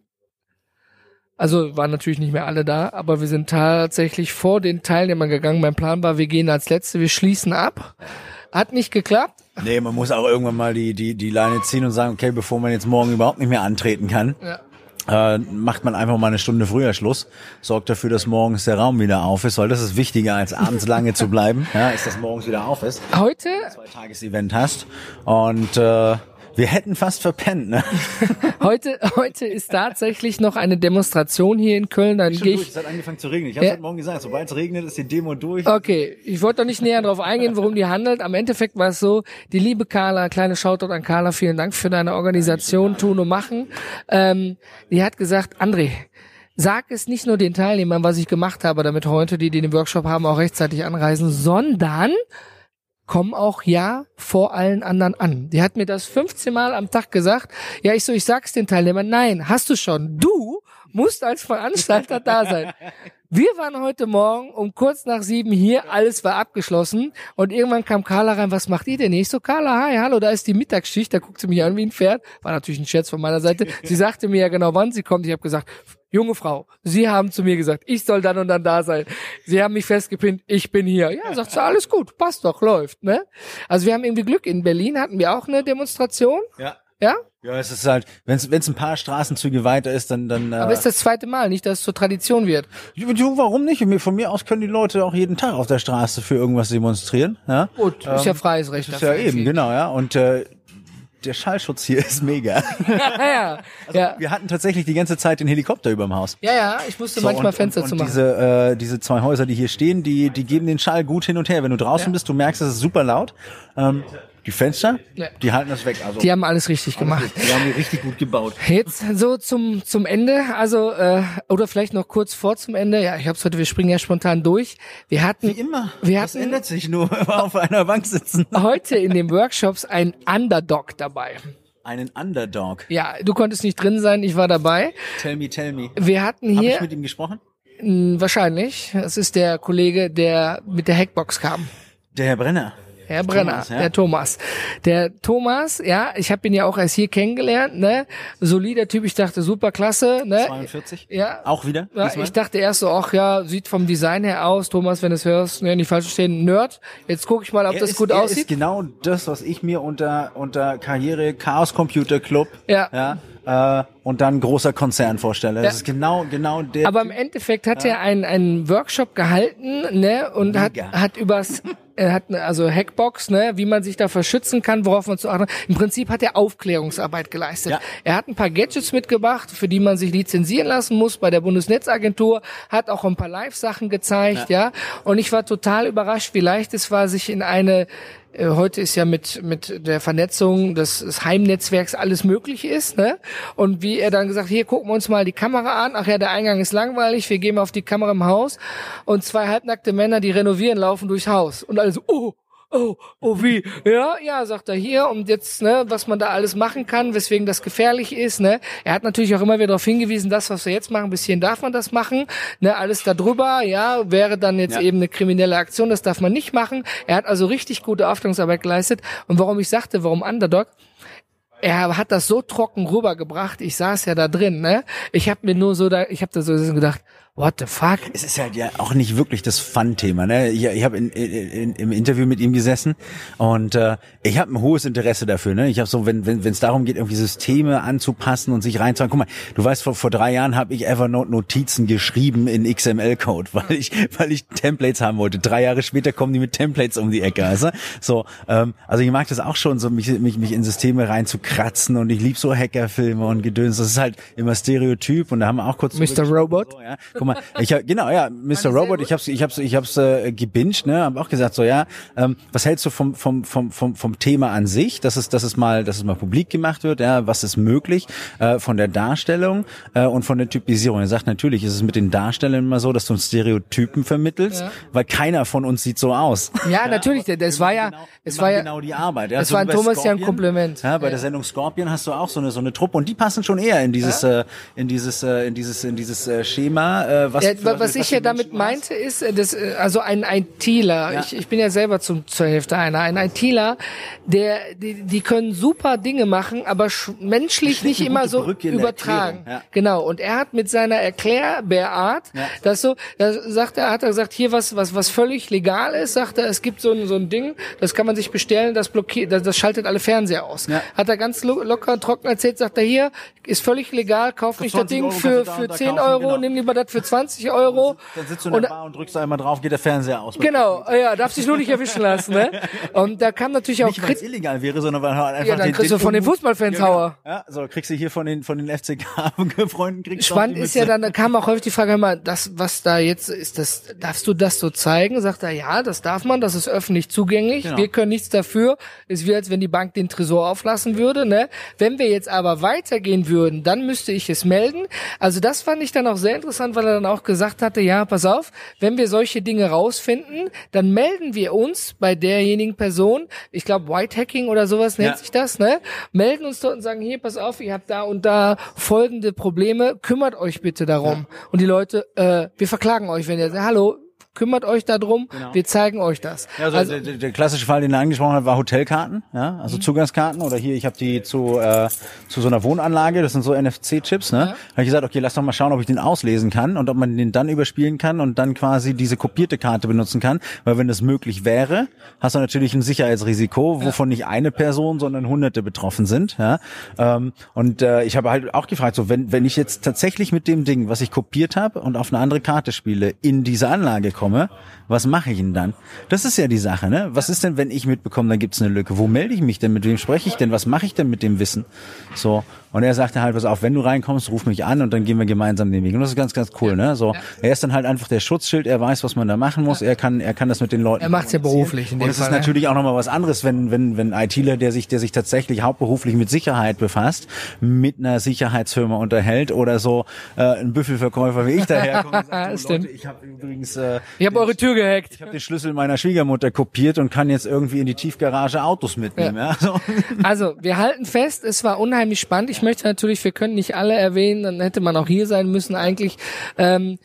also waren natürlich nicht mehr alle da, aber wir sind tatsächlich vor den Teilnehmern gegangen. Mein Plan war, wir gehen als Letzte, wir schließen ab. Hat nicht geklappt. Nee, man muss auch irgendwann mal die, die, die Leine ziehen und sagen, okay, bevor man jetzt morgen überhaupt nicht mehr antreten kann, Ja. äh, macht man einfach mal eine Stunde früher Schluss, sorgt dafür, dass morgens der Raum wieder auf ist, weil das ist wichtiger, als abends lange zu bleiben, ja, ist, dass morgens wieder auf ist. Heute, Zwei Tages-Event hast und äh, wir hätten fast verpennt, ne? heute, heute ist tatsächlich noch eine Demonstration hier in Köln. Dann gehe ich. Es hat angefangen zu regnen. Ich habe Ja. heute Morgen gesagt, sobald es regnet, ist die Demo durch. Okay, ich wollte doch nicht näher darauf eingehen, worum die handelt. Am Endeffekt war es so, die liebe Carla, kleine Shoutout an Carla, vielen Dank für deine Organisation, Tun und Machen. Ähm, die hat gesagt, André, sag es nicht nur den Teilnehmern, was ich gemacht habe, damit heute, die, die den Workshop haben, auch rechtzeitig anreisen, sondern komm auch ja vor allen anderen an. Die hat mir das fünfzehn Mal am Tag gesagt. Ja, ich so, ich sag's den Teilnehmern, nein, hast du schon. Du musst als Veranstalter da sein. Wir waren heute Morgen um kurz nach sieben hier, alles war abgeschlossen und irgendwann kam Carla rein, was macht ihr denn? Ich so, Carla, hi, hallo, da ist die Mittagsschicht, da guckt sie mich an wie ein Pferd. War natürlich ein Scherz von meiner Seite. Sie sagte mir ja genau, wann sie kommt. Ich habe gesagt, junge Frau, Sie haben zu mir gesagt, ich soll dann und dann da sein. Sie haben mich festgepinnt, ich bin hier. Ja, sagt sie, alles gut, passt doch, läuft, ne? Also wir haben irgendwie Glück. In Berlin hatten wir auch eine Demonstration, Ja. ja? Ja, es ist halt, wenn es wenn es ein paar Straßenzüge weiter ist, dann dann. Äh, Aber ist das zweite Mal, nicht, dass es zur Tradition wird. du, warum nicht? Mir- Von mir aus können die Leute auch jeden Tag auf der Straße für irgendwas demonstrieren. Ja? Gut, ist ja freies Recht. Das ist ja dafür. eben, genau, ja. Und äh, der Schallschutz hier ist mega. ja, ja, ja. Wir hatten tatsächlich die ganze Zeit den Helikopter überm Haus. Ja, ja, ich musste So, manchmal und, Fenster und, zu und machen. diese, äh, diese zwei Häuser, die hier stehen, die, die geben den Schall gut hin und her. Wenn du draußen Ja. bist, du merkst, es ist super laut. Ähm, die Fenster, Ja. die halten das weg. Also, Die haben alles richtig gemacht. die haben die richtig gut gebaut. Jetzt so zum zum Ende, also äh, oder vielleicht noch kurz vor zum Ende. Ja, ich hab's heute, wir springen ja spontan durch. Wir hatten Wie immer. Wir das hatten ändert sich nur, wenn wir auf einer Bank sitzen. heute in den Workshops ein Underdog dabei. Einen Underdog. Ja, du konntest nicht drin sein, ich war dabei. Tell me, tell me. Wir hatten Habe hier ich mit ihm gesprochen? mh, wahrscheinlich, das ist der Kollege, der mit der Hackbox kam. Der Herr Brenner. Herr Brenner, Thomas, ja. der Thomas. Der Thomas, ja, ich habe ihn ja auch erst hier kennengelernt, ne? Solider Typ, ich dachte super klasse, ne? zweiundvierzig? Ja. Auch wieder? Ja, diesmal? ich dachte erst so, ach ja, sieht vom Design her aus, Thomas, wenn du es hörst, ne, nicht falsch verstehen, Nerd. Jetzt gucke ich mal, ob Er das ist, gut er aussieht. ist genau das, was ich mir unter unter Karriere Chaos Computer Club Ja. ja äh, und dann großer Konzern vorstelle. Das Ja. ist genau genau der. Aber im Endeffekt hat er einen, einen Workshop gehalten, ne, und hat, Mega. hat übers, er hat eine, also Hackbox, ne, wie man sich davor schützen kann, worauf man zu achten hat. Im Prinzip hat er Aufklärungsarbeit geleistet. Ja. Er hat ein paar Gadgets mitgebracht, für die man sich lizenzieren lassen muss bei der Bundesnetzagentur, hat auch ein paar Live-Sachen gezeigt, ja. ja. Und ich war total überrascht, wie leicht es war, sich in eine heute ist ja mit mit der Vernetzung des, des Heimnetzwerks alles möglich ist, ne? Und wie er dann gesagt, hier gucken wir uns mal die Kamera an. Ach ja, der Eingang ist langweilig, wir gehen mal auf die Kamera im Haus. Und zwei halbnackte Männer, die renovieren, laufen durchs Haus. Und alle so, oh, oh, oh wie? Ja, ja, sagt er hier. Und jetzt, ne, was man da alles machen kann, weswegen das gefährlich ist, ne? Er hat natürlich auch immer wieder darauf hingewiesen, das, was wir jetzt machen, bis hierhin darf man das machen, ne? Alles da drüber, ja, wäre dann jetzt Ja. eben eine kriminelle Aktion, das darf man nicht machen. Er hat also richtig gute Aufklärungsarbeit geleistet. Und warum ich sagte, warum Underdog? Er hat das so trocken rübergebracht. Ich saß ja da drin, ne? Ich habe mir nur so da, ich habe da so gedacht, what the fuck? Es ist halt ja auch nicht wirklich das Fun-Thema, ne? Ich, ich habe in, in, im Interview mit ihm gesessen und äh, ich habe ein hohes Interesse dafür, ne? Ich habe so, wenn wenn wenn es darum geht, irgendwie Systeme anzupassen und sich reinzuhauen. Guck mal, du weißt, vor vor drei Jahren habe ich Evernote Notizen geschrieben in X M L-Code, weil ich weil ich Templates haben wollte. Drei Jahre später kommen die mit Templates um die Ecke, also so. Ähm, also ich mag das auch schon, so mich mich mich in Systeme reinzukratzen und ich lieb so Hackerfilme und Gedöns. Das ist halt immer Stereotyp und da haben wir auch kurz Mister Robot. so, ja. Guck mal, ich hab, genau, ja, Mister Robot, ich hab's, ich hab's, ich hab's äh, gebinged, ne, hab auch gesagt, so ja, ähm, was hältst du vom vom vom vom vom Thema an sich, dass es dass es mal, dass es mal publik gemacht wird, ja, was ist möglich äh, von der Darstellung äh, und von der Typisierung. Er sagt, natürlich ist es mit den Darstellern immer so, dass du uns Stereotypen vermittelst, Ja. weil keiner von uns sieht so aus. Ja, natürlich, und das wir war machen ja, genau, es wir war machen ja, genau die Arbeit. Ja, es so war wie ein bei Thomas ja ein Scorpion. Kompliment. Ja, bei Ja. der Sendung Scorpion hast du auch so eine so eine Truppe und die passen schon eher in dieses äh, in dieses äh, in dieses in dieses äh, Schema, äh, was Ja, was, was ich ja du damit Menschen hast. meinte, ist, äh, das, äh, also ein ITler, Ja. ich, ich bin ja selber zum, zur Hälfte einer, ein ITler, der, die, die können super Dinge machen, aber sch- menschlich Schlicht nicht eine immer gute so Brücke in der übertragen. Erklärung, ja. Genau. Und er hat mit seiner Erklärbärart, Ja. das so, da sagt er, hat er gesagt, hier was, was, was völlig legal ist, sagt er, es gibt so ein, so ein Ding, das kann man sich bestellen, das blockiert, das, das schaltet alle Fernseher aus. Ja. Hat er ganz lo locker, trocken erzählt, sagt er, hier, ist völlig legal, kauf Für nicht das zwanzig Ding Euro für, kannst du da für und da zehn kaufen, Euro, genau. nimm lieber das für zwanzig Euro. Dann sitzt du in der Und- Bar und drückst da einmal drauf, geht der Fernseher aus. Genau, ja, darf sich nur nicht erwischen lassen, ne? Und da kam natürlich auch Nicht, weil es Kritik. illegal wäre, sondern weil halt einfach Ja, dann den, kriegst den du von den Unmut- Fußballfans ja, genau. Hauer. Ja, so kriegst du hier von den von den F C K-Freunden kriegst du Spannend auch die ist ja Mütze. dann, da kam auch häufig die Frage, hör mal, das, was da jetzt ist, das, darfst du das so zeigen? Sagt er, ja, das darf man, das ist öffentlich zugänglich. Genau. Wir können nichts dafür. Es wäre, als wenn die Bank den Tresor auflassen würde, ne? Wenn wir jetzt aber weitergehen würden, dann müsste ich es melden. Also das fand ich dann auch sehr interessant, weil er dann auch gesagt hatte, ja, pass auf, wenn wir solche Dinge rausfinden, dann melden wir uns bei derjenigen Person, ich glaube Whitehacking oder sowas nennt Ja. sich das, ne? Melden uns dort und sagen, hier, pass auf, ihr habt da und da folgende Probleme, kümmert euch bitte darum. Und die Leute, äh, wir verklagen euch, wenn ihr sagt, hallo, kümmert euch darum, wir zeigen euch das. Ja, also, Also, der, der klassische Fall, den er angesprochen hat, war Hotelkarten, ja, also Zugangskarten oder hier, ich habe die zu äh, zu so einer Wohnanlage, das sind so N F C-Chips, ne? Ja. Habe ich gesagt, okay, lass doch mal schauen, ob ich den auslesen kann und ob man den dann überspielen kann und dann quasi diese kopierte Karte benutzen kann, weil wenn das möglich wäre, hast du natürlich ein Sicherheitsrisiko, wovon nicht eine Person, sondern Hunderte betroffen sind, ja. Ähm, und äh, ich habe halt auch gefragt, so wenn wenn ich jetzt tatsächlich mit dem Ding, was ich kopiert habe und auf eine andere Karte spiele, in diese Anlage komme, mitbekomme, was mache ich denn dann? Das ist ja die Sache, ne? Was ist denn, wenn ich mitbekomme, dann gibt's eine Lücke? Wo melde ich mich denn? Mit wem spreche ich denn? Was mache ich denn mit dem Wissen? So. Und er sagte halt, pass auf, wenn du reinkommst, ruf mich an und dann gehen wir gemeinsam den Weg. Und das ist ganz, ganz cool, ne? So. Er ist dann halt einfach der Schutzschild, er weiß, was man da machen muss, er kann, er kann das mit den Leuten. Er macht's ja beruflich in dem Und es ist Fall, natürlich auch nochmal was anderes, wenn, wenn, wenn ITler, der sich, der sich tatsächlich hauptberuflich mit Sicherheit befasst, mit einer Sicherheitsfirma unterhält oder so, äh, ein Büffelverkäufer wie ich daherkomme und sagt, so, Leute, ich habe übrigens, äh, Ich habe eure Tür gehackt. ich habe den Schlüssel meiner Schwiegermutter kopiert und kann jetzt irgendwie in die Tiefgarage Autos mitnehmen. Ja. Ja, so. Also, wir halten fest, es war unheimlich spannend. Ich möchte natürlich, wir können nicht alle erwähnen, dann hätte man auch hier sein müssen eigentlich. Ähm,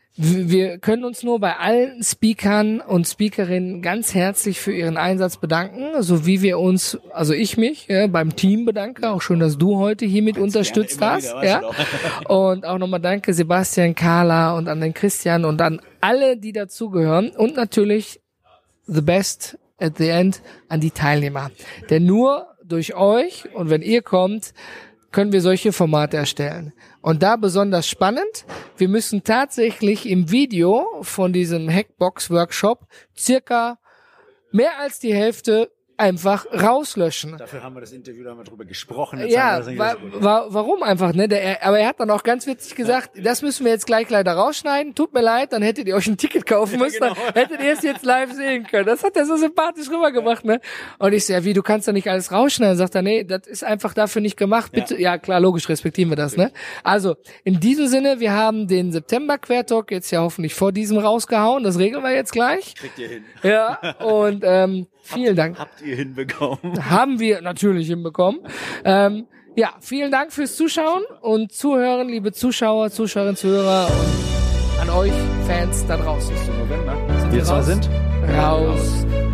wir können uns nur bei allen Speakern und Speakerinnen ganz herzlich für ihren Einsatz bedanken, so wie wir uns, also ich mich, ja, beim Team bedanke. Auch schön, dass du heute hiermit unterstützt hast. Ja. Und auch nochmal danke Sebastian, Carla und an den Christian und an alle, die dazugehören. Und natürlich the best at the end an die Teilnehmer. Denn nur durch euch und wenn ihr kommt, können wir solche Formate erstellen. Und da besonders spannend, wir müssen tatsächlich im Video von diesem Hackbox-Workshop circa mehr als die Hälfte einfach rauslöschen. Dafür haben wir das Interview, da haben wir drüber gesprochen. Jetzt ja, wa wa warum einfach, ne? Der, aber er hat dann auch ganz witzig gesagt, ja. Das müssen wir jetzt gleich leider rausschneiden. Tut mir leid, dann hättet ihr euch ein Ticket kaufen müssen, ja, genau. Dann hättet ihr es jetzt live sehen können. Das hat er so sympathisch rübergebracht, ne? Und ich so, ja, wie, du kannst da nicht alles rausschneiden? Sagt er, nee, das ist einfach dafür nicht gemacht. Bitte, ja, ja klar, logisch, respektieren wir das, ne? Also, in diesem Sinne, wir haben den September-Quertalk jetzt ja hoffentlich vor diesem rausgehauen. Das regeln wir jetzt gleich. Kriegt ihr hin. Ja, und, ähm, vielen Dank. Habt ihr hinbekommen. Haben wir natürlich hinbekommen. Ähm, ja, vielen Dank fürs Zuschauen und Zuhören, liebe Zuschauer, Zuschauerinnen, Zuhörer und an euch Fans da draußen. November. Sind Wir wir zwei raus? sind Raus.